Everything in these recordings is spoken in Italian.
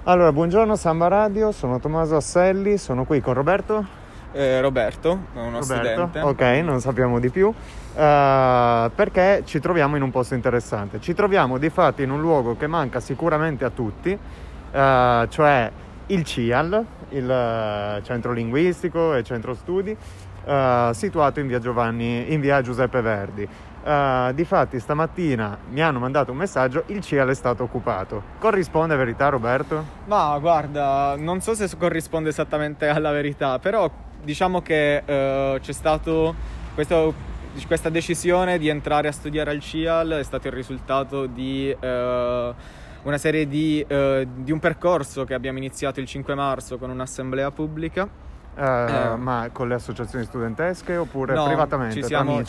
Allora, buongiorno Samba Radio, sono Tommaso Asselli, sono qui con Roberto. Roberto, uno studente. Ok, non sappiamo di più, perché ci troviamo in un posto interessante. Ci troviamo di fatto in un luogo che manca sicuramente a tutti, cioè il CIAL, il Centro Linguistico e Centro Studi, situato in via Giuseppe Verdi. Difatti stamattina mi hanno mandato un messaggio: il CIAL è stato occupato. Corrisponde a verità, Roberto? Ma guarda, non so se corrisponde esattamente alla verità, però diciamo che c'è stato questa decisione di entrare a studiare al CIAL è stato il risultato di una serie di un percorso che abbiamo iniziato il 5 marzo con un'assemblea pubblica. Ma con le associazioni studentesche oppure no, privatamente?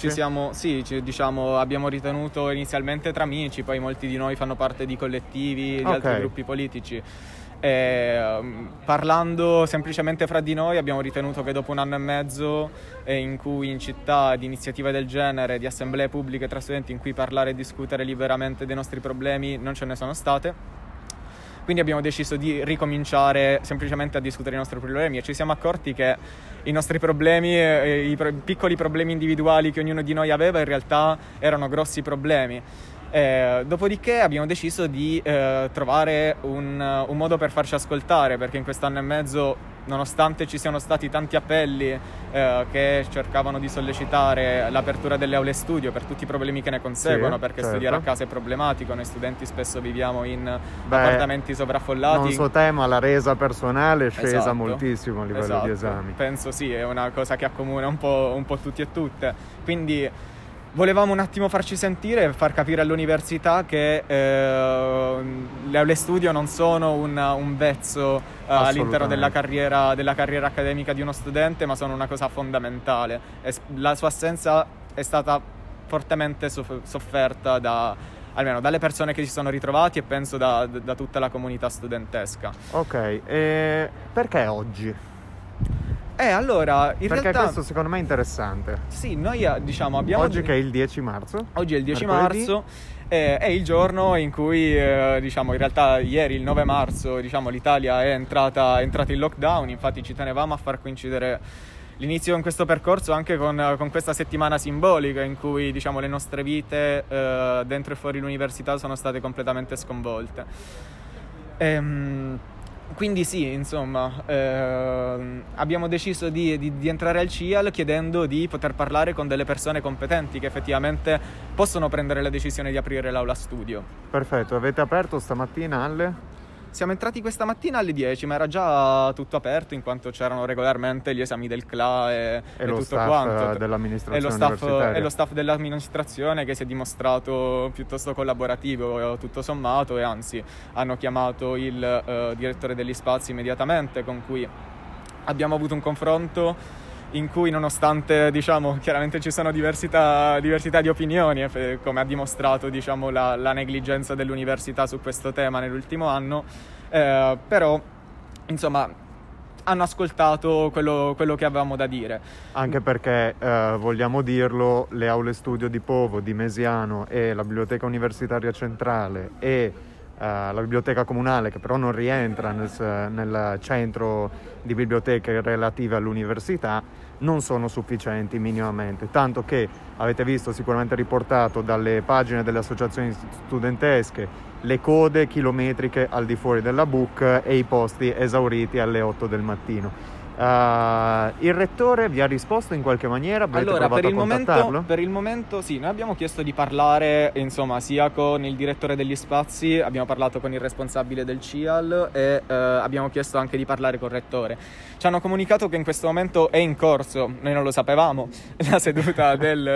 Abbiamo ritenuto inizialmente tra amici, poi molti di noi fanno parte di collettivi, di altri gruppi politici. Parlando semplicemente fra di noi abbiamo ritenuto che dopo un anno e mezzo in cui in città di iniziative del genere, di assemblee pubbliche tra studenti in cui parlare e discutere liberamente dei nostri problemi non ce ne sono state. Quindi abbiamo deciso di ricominciare semplicemente a discutere i nostri problemi e ci siamo accorti che i nostri problemi, piccoli problemi individuali che ognuno di noi aveva, in realtà erano grossi problemi. Dopodiché abbiamo deciso di trovare un modo per farci ascoltare, perché in quest'anno e mezzo, nonostante ci siano stati tanti appelli che cercavano di sollecitare l'apertura delle aule studio per tutti i problemi che ne conseguono, perché certo, studiare a casa è problematico, noi studenti spesso viviamo in appartamenti sovraffollati. Non so te, ma la resa personale è scesa Esatto, moltissimo a livello di esami. Penso sì, è una cosa che accomuna un po' tutti e tutte, quindi volevamo un attimo farci sentire e far capire all'università che le aule studio non sono un vezzo all'interno della carriera accademica di uno studente, ma sono una cosa fondamentale. E la sua assenza è stata fortemente sofferta almeno dalle persone che si sono ritrovati e penso da tutta la comunità studentesca. Ok, e perché oggi? Allora, Perché questo secondo me è interessante. Sì, noi abbiamo... Oggi che è il 10 marzo? Oggi è il 10 mercoledì. marzo, è il giorno in cui, in realtà ieri, il 9 marzo, l'Italia è entrata in lockdown. Infatti ci tenevamo a far coincidere l'inizio con questo percorso anche con questa settimana simbolica in cui, le nostre vite dentro e fuori l'università sono state completamente sconvolte. Quindi sì, insomma, abbiamo deciso di entrare al CIAL chiedendo di poter parlare con delle persone competenti che effettivamente possono prendere la decisione di aprire l'aula studio. Perfetto, avete aperto stamattina alle? Siamo entrati questa mattina alle 10, ma era già tutto aperto in quanto c'erano regolarmente gli esami del CLA e lo tutto staff quanto. dell'amministrazione universitaria. E lo staff dell'amministrazione che si è dimostrato piuttosto collaborativo tutto sommato, e anzi hanno chiamato il direttore degli spazi immediatamente, con cui abbiamo avuto un confronto in cui, nonostante chiaramente ci sono diversità di opinioni, come ha dimostrato la negligenza dell'università su questo tema nell'ultimo anno, però insomma hanno ascoltato quello che avevamo da dire. Anche perché, vogliamo dirlo, le aule studio di Povo, di Mesiano e la biblioteca universitaria centrale e la biblioteca comunale, che però non rientra nel centro di biblioteche relative all'università, non sono sufficienti minimamente, tanto che avete visto sicuramente riportato dalle pagine delle associazioni studentesche le code chilometriche al di fuori della BUC e i posti esauriti alle 8 del mattino. Il rettore vi ha risposto in qualche maniera? Avete provato a contattarlo? Per il momento sì, noi abbiamo chiesto di parlare sia con il direttore degli spazi, abbiamo parlato con il responsabile del CIAL e abbiamo chiesto anche di parlare col rettore. Ci hanno comunicato che in questo momento è in corso, noi non lo sapevamo, la seduta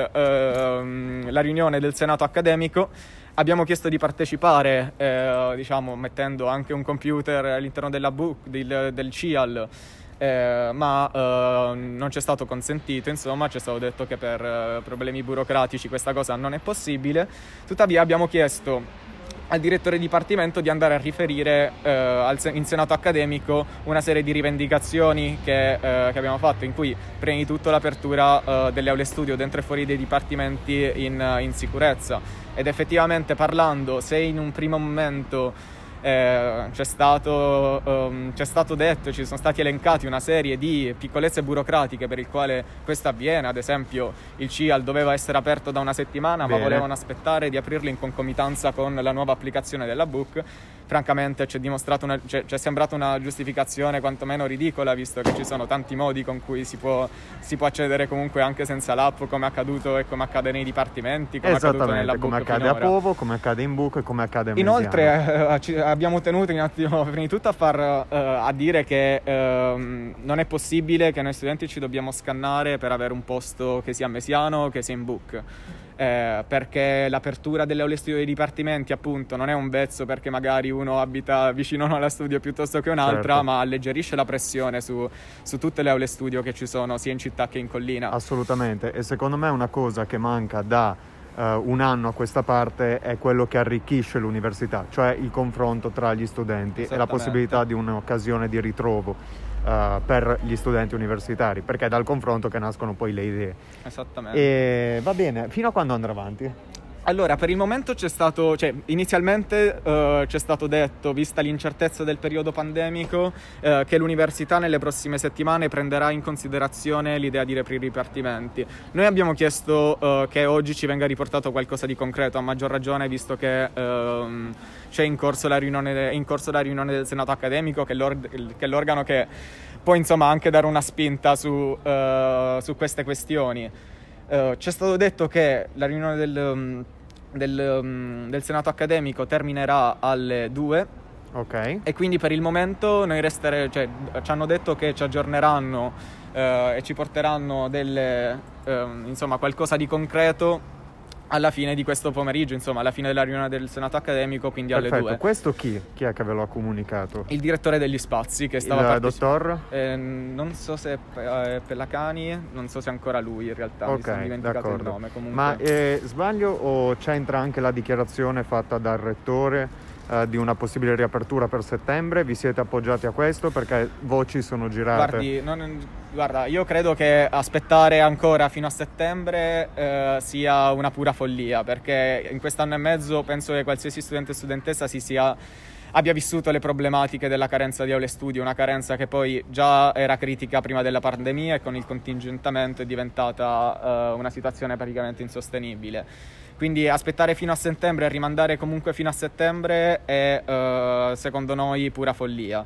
la riunione del Senato accademico. Abbiamo chiesto di partecipare, mettendo anche un computer all'interno della BUC, del CIAL, ma non ci è stato consentito. Insomma, ci è stato detto che per problemi burocratici questa cosa non è possibile. Tuttavia abbiamo chiesto al direttore dipartimento di andare a riferire in Senato accademico una serie di rivendicazioni che abbiamo fatto, in cui prima di tutto l'apertura delle aule studio dentro e fuori dei dipartimenti in sicurezza. Ed effettivamente parlando, se in un primo momento c'è stato detto, ci sono stati elencati una serie di piccolezze burocratiche per il quale questo avviene. Ad esempio il CIAL doveva essere aperto da una settimana, ma volevano aspettare di aprirlo in concomitanza con la nuova applicazione della Book. Francamente ci è sembrata una giustificazione quantomeno ridicola, visto che ci sono tanti modi con cui si può accedere comunque anche senza l'app, come è accaduto e come accade nei dipartimenti, come è accaduto nella Book, come accade a Povo, come accade in Book e come accade a Mesiano. Inoltre abbiamo tenuto un attimo prima di tutto a dire che non è possibile che noi studenti ci dobbiamo scannare per avere un posto che sia a Mesiano o che sia in Book. Perché l'apertura delle aule studio dei dipartimenti appunto non è un vezzo perché magari uno abita vicino a una studio piuttosto che un'altra, ma alleggerisce la pressione su tutte le aule studio che ci sono sia in città che in collina. Assolutamente, e secondo me una cosa che manca da un anno a questa parte è quello che arricchisce l'università, cioè il confronto tra gli studenti e la possibilità di un'occasione di ritrovo per gli studenti universitari, perché è dal confronto che nascono poi le idee. Esattamente. E va bene, fino a quando andrà avanti? Allora, per il momento inizialmente c'è stato detto, vista l'incertezza del periodo pandemico, che l'università nelle prossime settimane prenderà in considerazione l'idea di riaprire i dipartimenti. Noi abbiamo chiesto che oggi ci venga riportato qualcosa di concreto, a maggior ragione visto che c'è in corso la riunione del Senato accademico, che è l'organo che può insomma anche dare una spinta su queste questioni. C'è stato detto che la riunione del Senato accademico terminerà alle 2. Ok. E quindi per il momento noi ci hanno detto che ci aggiorneranno e ci porteranno qualcosa di concreto alla fine di questo pomeriggio, insomma alla fine della riunione del Senato accademico, quindi alle 2. Questo chi è che ve lo ha comunicato? Il direttore degli spazi, che stava il dottor? Non so se è Pellacani, non so se è ancora lui in realtà, mi sono dimenticato il nome comunque. Ma sbaglio o c'entra anche la dichiarazione fatta dal rettore di una possibile riapertura per settembre? Vi siete appoggiati a questo? Perché voci sono girate. Guarda, io credo che aspettare ancora fino a settembre sia una pura follia, perché in quest'anno e mezzo penso che qualsiasi studente e studentessa abbia vissuto le problematiche della carenza di aule studio, una carenza che poi già era critica prima della pandemia e con il contingentamento è diventata una situazione praticamente insostenibile. Quindi aspettare fino a settembre e rimandare comunque fino a settembre è secondo noi pura follia.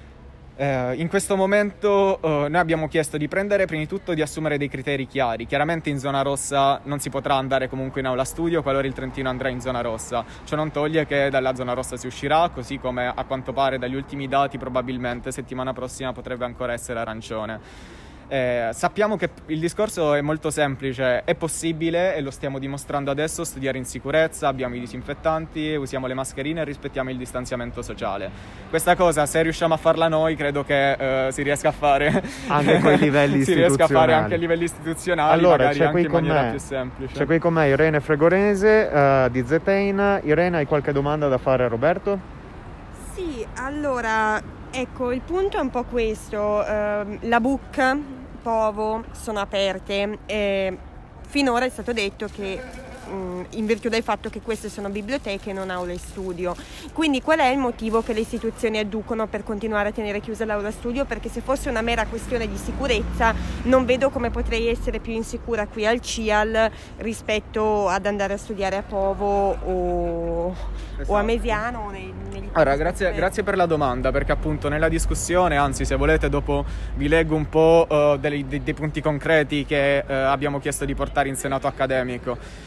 In questo momento noi abbiamo chiesto di prima di tutto di assumere dei criteri chiari. Chiaramente in zona rossa non si potrà andare comunque in aula studio qualora il Trentino andrà in zona rossa. Ciò non toglie che dalla zona rossa si uscirà, così come a quanto pare dagli ultimi dati probabilmente settimana prossima potrebbe ancora essere arancione. Sappiamo che il discorso è molto semplice, è possibile, e lo stiamo dimostrando adesso, studiare in sicurezza, abbiamo i disinfettanti, usiamo le mascherine e rispettiamo il distanziamento sociale. Questa cosa, se riusciamo a farla noi, credo che si riesca a fare anche con i livelli istituzionali. Si riesca a fare anche a livelli istituzionali, allora, magari anche in maniera più semplice. C'è qui con me Irene Fregorese di Zetain. Irene, hai qualche domanda da fare a Roberto? Sì, allora, ecco, il punto è un po' questo. La Book, Povo sono aperte e finora è stato detto che in virtù del fatto che queste sono biblioteche e non aule studio. Quindi qual è il motivo che le istituzioni adducono per continuare a tenere chiusa l'aula studio? Perché se fosse una mera questione di sicurezza non vedo come potrei essere più insicura qui al CIAL rispetto ad andare a studiare a Povo o a Mesiano. Allora, grazie per la domanda, perché appunto nella discussione, anzi se volete dopo vi leggo un po' dei punti concreti che abbiamo chiesto di portare in Senato accademico.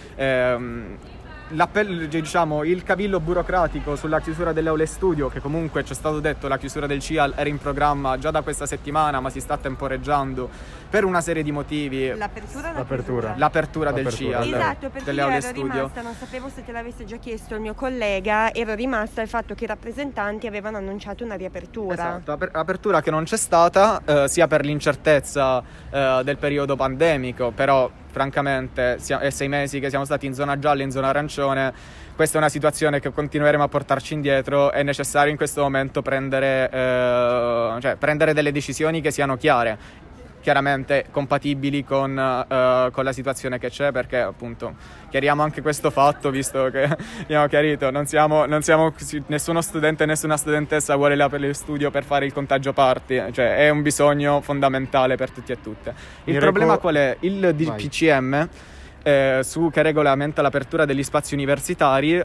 Il cavillo burocratico sulla chiusura delle aule studio, che comunque ci è stato detto la chiusura del CIAL era in programma già da questa settimana, ma si sta temporeggiando per una serie di motivi. L'apertura del CIAL. Esatto, perché delle io aule ero studio. rimasta, non sapevo se te l'avesse già chiesto il mio collega, ero rimasta al fatto che i rappresentanti avevano annunciato una riapertura. Esatto, apertura che non c'è stata, sia per l'incertezza del periodo pandemico, però francamente è 6 mesi che siamo stati in zona gialla e in zona arancione. Questa è una situazione che continueremo a portarci indietro. È necessario in questo momento prendere delle decisioni che siano chiare. chiaramente compatibili con la situazione che c'è, perché appunto chiariamo anche questo fatto, visto che abbiamo chiarito, non siamo nessuno studente e nessuna studentessa vuole la per lo studio per fare il contagio party, cioè è un bisogno fondamentale per tutti e tutte. Il problema qual è? Il DPCM che regolamenta l'apertura degli spazi universitari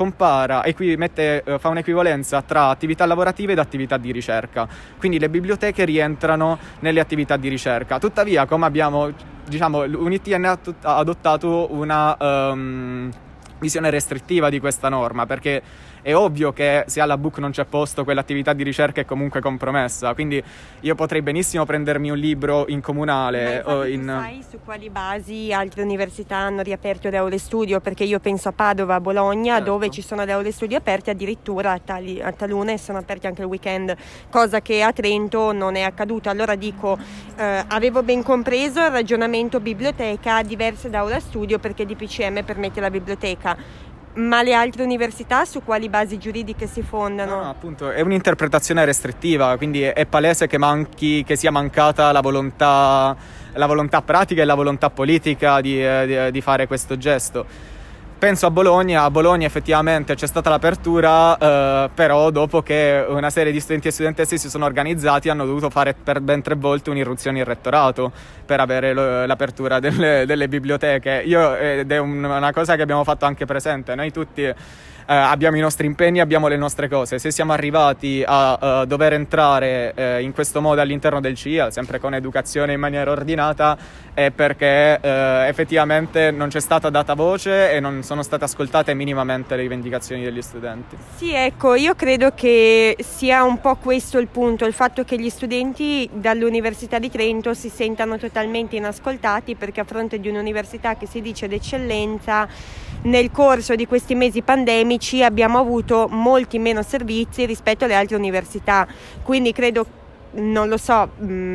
fa un'equivalenza tra attività lavorative ed attività di ricerca, quindi le biblioteche rientrano nelle attività di ricerca. Tuttavia, come l'UNIT ha adottato una visione restrittiva di questa norma, perché è ovvio che se alla book non c'è posto, quell'attività di ricerca è comunque compromessa, quindi io potrei benissimo prendermi un libro in comunale sai su quali basi altre università hanno riaperto le aule studio? Perché io penso a Padova, a Bologna, certo, dove ci sono le aule studio aperte, addirittura a talune sono aperte anche il weekend, cosa che a Trento non è accaduta. Allora dico, avevo ben compreso il ragionamento biblioteca diverse da aula studio, perché DPCM permette la biblioteca. Ma le altre università su quali basi giuridiche si fondano? No, appunto, è un'interpretazione restrittiva, quindi è palese che sia mancata la volontà pratica e la volontà politica di fare questo gesto. Penso a Bologna effettivamente c'è stata l'apertura, però dopo che una serie di studenti e studentesse si sono organizzati hanno dovuto fare per ben 3 volte un'irruzione in rettorato per avere l'apertura delle biblioteche. Ed è una cosa che abbiamo fatto anche presente, noi tutti abbiamo i nostri impegni, abbiamo le nostre cose. Se siamo arrivati a dover entrare in questo modo all'interno del CIAL, sempre con educazione in maniera ordinata, è perché effettivamente non c'è stata data voce e non sono state ascoltate minimamente le rivendicazioni degli studenti. Sì, ecco, io credo che sia un po' questo il punto, il fatto che gli studenti dall'Università di Trento si sentano totalmente inascoltati, perché a fronte di un'università che si dice d'eccellenza, nel corso di questi mesi pandemici abbiamo avuto molti meno servizi rispetto alle altre università, quindi credo, non lo so,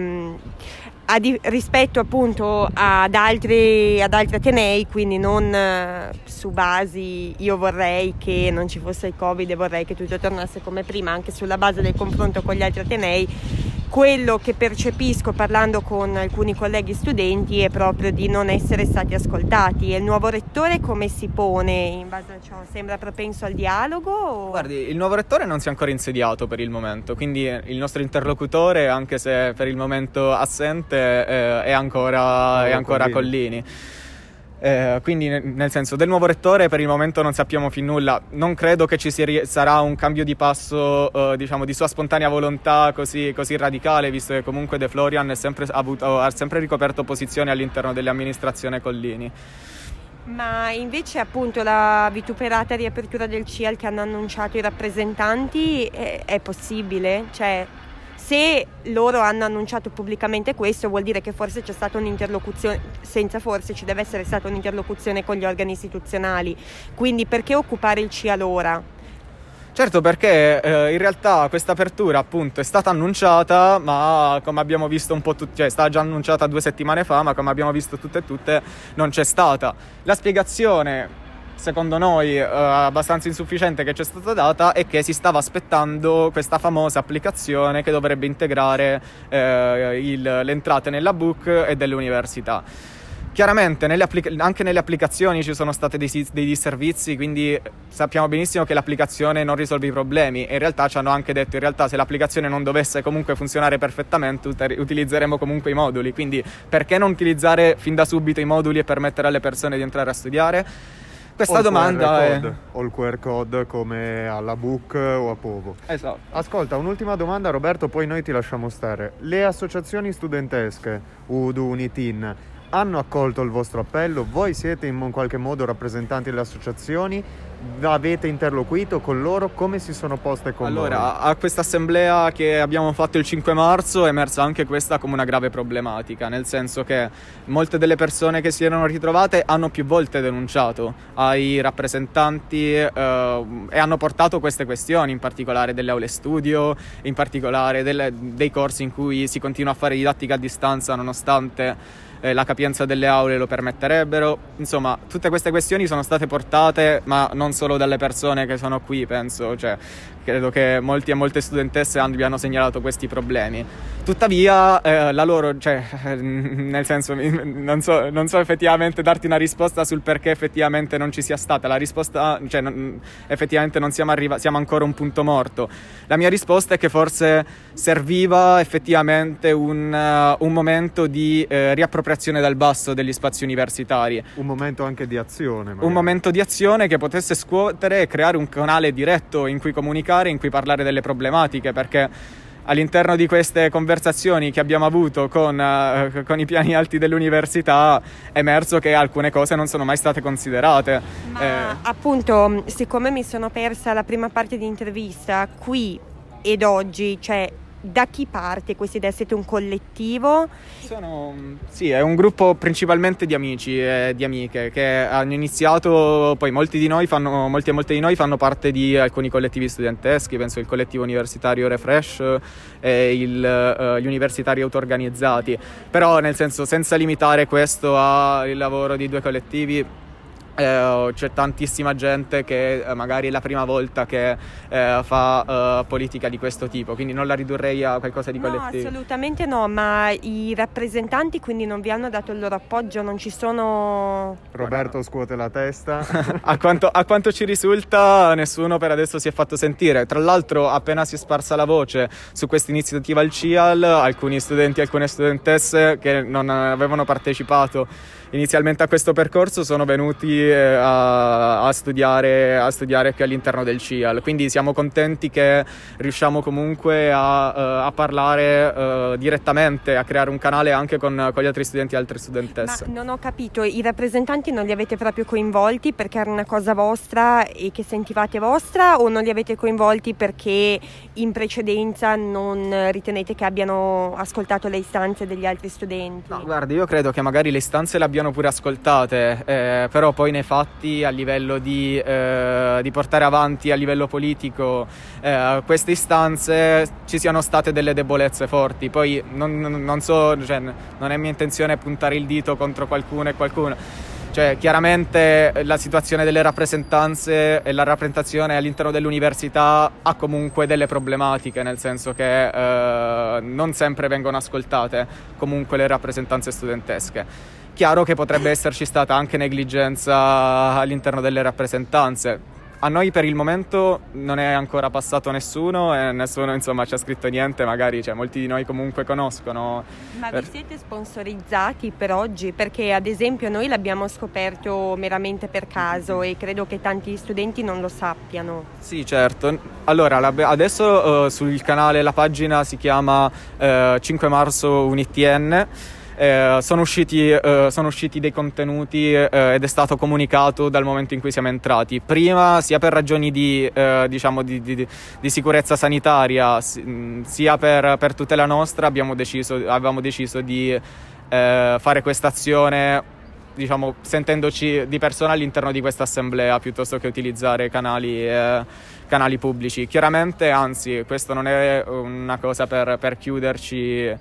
rispetto appunto ad altri atenei, quindi non su basi io vorrei che non ci fosse il Covid e vorrei che tutto tornasse come prima, anche sulla base del confronto con gli altri atenei. Quello che percepisco parlando con alcuni colleghi studenti è proprio di non essere stati ascoltati. E il nuovo rettore come si pone in base a ciò? Sembra propenso al dialogo? O... Guardi, il nuovo rettore non si è ancora insediato per il momento, quindi il nostro interlocutore, anche se per il momento assente, è ancora Collini. Quindi nel senso, del nuovo rettore per il momento non sappiamo fin nulla. Non credo che ci sarà un cambio di passo di sua spontanea volontà così radicale, visto che comunque De Florian ha sempre ricoperto posizioni all'interno dell'amministrazione Collini. Ma invece appunto la vituperata riapertura del CIAL che hanno annunciato i rappresentanti è possibile? Cioè, se loro hanno annunciato pubblicamente questo, vuol dire che forse c'è stata un'interlocuzione, senza forse ci deve essere stata un'interlocuzione con gli organi istituzionali. Quindi perché occupare il CIAL ora? Certo, perché in realtà questa apertura appunto è stata annunciata, ma come abbiamo visto un po' è stata già annunciata 2 settimane fa, ma come abbiamo visto tutte non c'è stata. La spiegazione, secondo noi abbastanza insufficiente, che ci è stata data è che si stava aspettando questa famosa applicazione che dovrebbe integrare le entrate nella book e delle università. Chiaramente anche nelle applicazioni ci sono stati dei disservizi, quindi sappiamo benissimo che l'applicazione non risolve i problemi, e in realtà ci hanno anche detto se l'applicazione non dovesse comunque funzionare perfettamente utilizzeremo comunque i moduli, quindi perché non utilizzare fin da subito i moduli e permettere alle persone di entrare a studiare? Questa domanda è... O il QR code come alla book o a Povo. Esatto. Ascolta, un'ultima domanda Roberto, poi noi ti lasciamo stare. Le associazioni studentesche, UDU, UNITIN, hanno accolto il vostro appello? Voi siete in qualche modo rappresentanti delle associazioni? Avete interloquito con loro? Come si sono poste con voi? Allora, a questa assemblea che abbiamo fatto il 5 marzo è emersa anche questa come una grave problematica, nel senso che molte delle persone che si erano ritrovate hanno più volte denunciato ai rappresentanti e hanno portato queste questioni, in particolare delle aule studio, in particolare dei corsi in cui si continua a fare didattica a distanza nonostante la capienza delle aule lo permetterebbero. Insomma, tutte queste questioni sono state portate, ma non solo dalle persone che sono qui, penso, credo che molti e molte studentesse abbiano segnalato questi problemi. Tuttavia la loro, cioè nel senso non so effettivamente darti una risposta sul perché effettivamente non ci sia stata la risposta, cioè effettivamente non siamo ancora un punto morto. La mia risposta è che forse serviva effettivamente un momento di riappropriazione dal basso degli spazi universitari, un momento anche di azione magari. Un momento di azione che potesse scuotere e creare un canale diretto in cui comunicare, in cui parlare delle problematiche, perché all'interno di queste conversazioni che abbiamo avuto con i piani alti dell'università è emerso che alcune cose non sono mai state considerate. Ma appunto, siccome mi sono persa la prima parte di intervista, qui ed oggi, cioè da chi parte questa idea? Siete un collettivo? Sì, è un gruppo principalmente di amici e di amiche che hanno iniziato, poi molti e molte di noi fanno parte di alcuni collettivi studenteschi, penso il collettivo universitario Refresh e gli universitari auto-organizzati, però nel senso senza limitare questo al lavoro di 2 collettivi. C'è tantissima gente che magari è la prima volta che fa politica di questo tipo, quindi non la ridurrei a qualcosa di collettivo. No, assolutamente no, ma i rappresentanti quindi non vi hanno dato il loro appoggio, non ci sono... Roberto scuote la testa. a quanto ci risulta nessuno per adesso si è fatto sentire. Tra l'altro appena si è sparsa la voce su questa iniziativa al CIAL, alcuni studenti e alcune studentesse che non avevano partecipato inizialmente a questo percorso sono venuti a studiare qui all'interno del CIAL, quindi siamo contenti che riusciamo comunque a parlare direttamente, a creare un canale anche con gli altri studenti e altre studentesse. Ma non ho capito, i rappresentanti non li avete proprio coinvolti perché era una cosa vostra e che sentivate vostra, o non li avete coinvolti perché in precedenza non ritenete che abbiano ascoltato le istanze degli altri studenti? No, guardi, io credo che magari le istanze le abbiano pure ascoltate, però poi nei fatti a livello di portare avanti a livello politico queste istanze ci siano state delle debolezze forti. Poi non so, cioè, non è mia intenzione puntare il dito contro qualcuno e qualcuno. Cioè, chiaramente la situazione delle rappresentanze e la rappresentazione all'interno dell'università ha comunque delle problematiche, nel senso che non sempre vengono ascoltate comunque le rappresentanze studentesche. Chiaro che potrebbe esserci stata anche negligenza all'interno delle rappresentanze. A noi per il momento non è ancora passato nessuno e nessuno insomma ci ha scritto niente, magari molti di noi comunque conoscono. Ma vi siete sponsorizzati per oggi? Perché ad esempio noi l'abbiamo scoperto meramente per caso e credo che tanti studenti non lo sappiano. Sì, certo. Allora adesso sul canale la pagina si chiama 5 marzo UniTN. Sono usciti dei contenuti ed è stato comunicato dal momento in cui siamo entrati. Prima, sia per ragioni di sicurezza sanitaria, sia per tutela nostra, avevamo deciso di fare questa azione, sentendoci di persona all'interno di questa assemblea piuttosto che utilizzare canali pubblici. Chiaramente, anzi, questo non è una cosa per chiuderci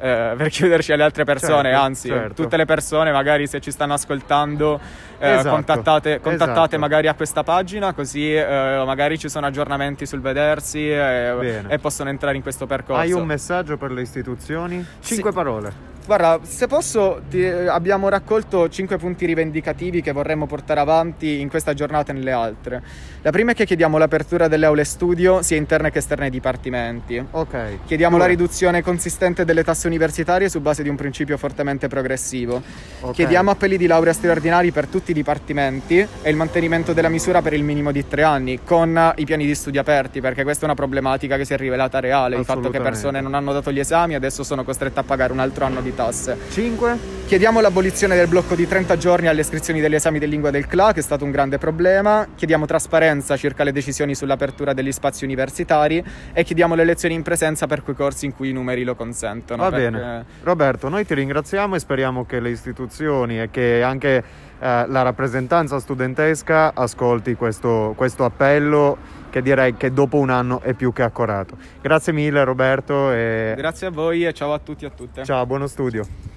alle altre persone, certo, anzi certo. Tutte le persone magari se ci stanno ascoltando contattate esatto. magari a questa pagina, così magari ci sono aggiornamenti sul vedersi e possono entrare in questo percorso. Hai un messaggio per le istituzioni? 5 parole. Guarda, se posso, abbiamo raccolto 5 punti rivendicativi che vorremmo portare avanti in questa giornata e nelle altre. La prima è che chiediamo l'apertura delle aule studio, sia interne che esterne ai dipartimenti. Ok. Chiediamo la riduzione consistente delle tasse universitarie su base di un principio fortemente progressivo. Okay. Chiediamo appelli di laurea straordinari per tutti i dipartimenti e il mantenimento della misura per il minimo di 3 anni, con i piani di studio aperti, perché questa è una problematica che si è rivelata reale. Il fatto che persone non hanno dato gli esami adesso sono costrette a pagare un altro anno di tasse. 5. Chiediamo l'abolizione del blocco di 30 giorni alle iscrizioni degli esami di lingua del CLA, che è stato un grande problema. Chiediamo trasparenza circa le decisioni sull'apertura degli spazi universitari e chiediamo le lezioni in presenza per quei corsi in cui i numeri lo consentono. Va bene. Roberto, noi ti ringraziamo e speriamo che le istituzioni e che anche la rappresentanza studentesca ascolti questo appello, che direi che dopo un anno è più che accorato. Grazie mille Roberto. Grazie a voi e ciao a tutti e a tutte. Ciao, buono studio.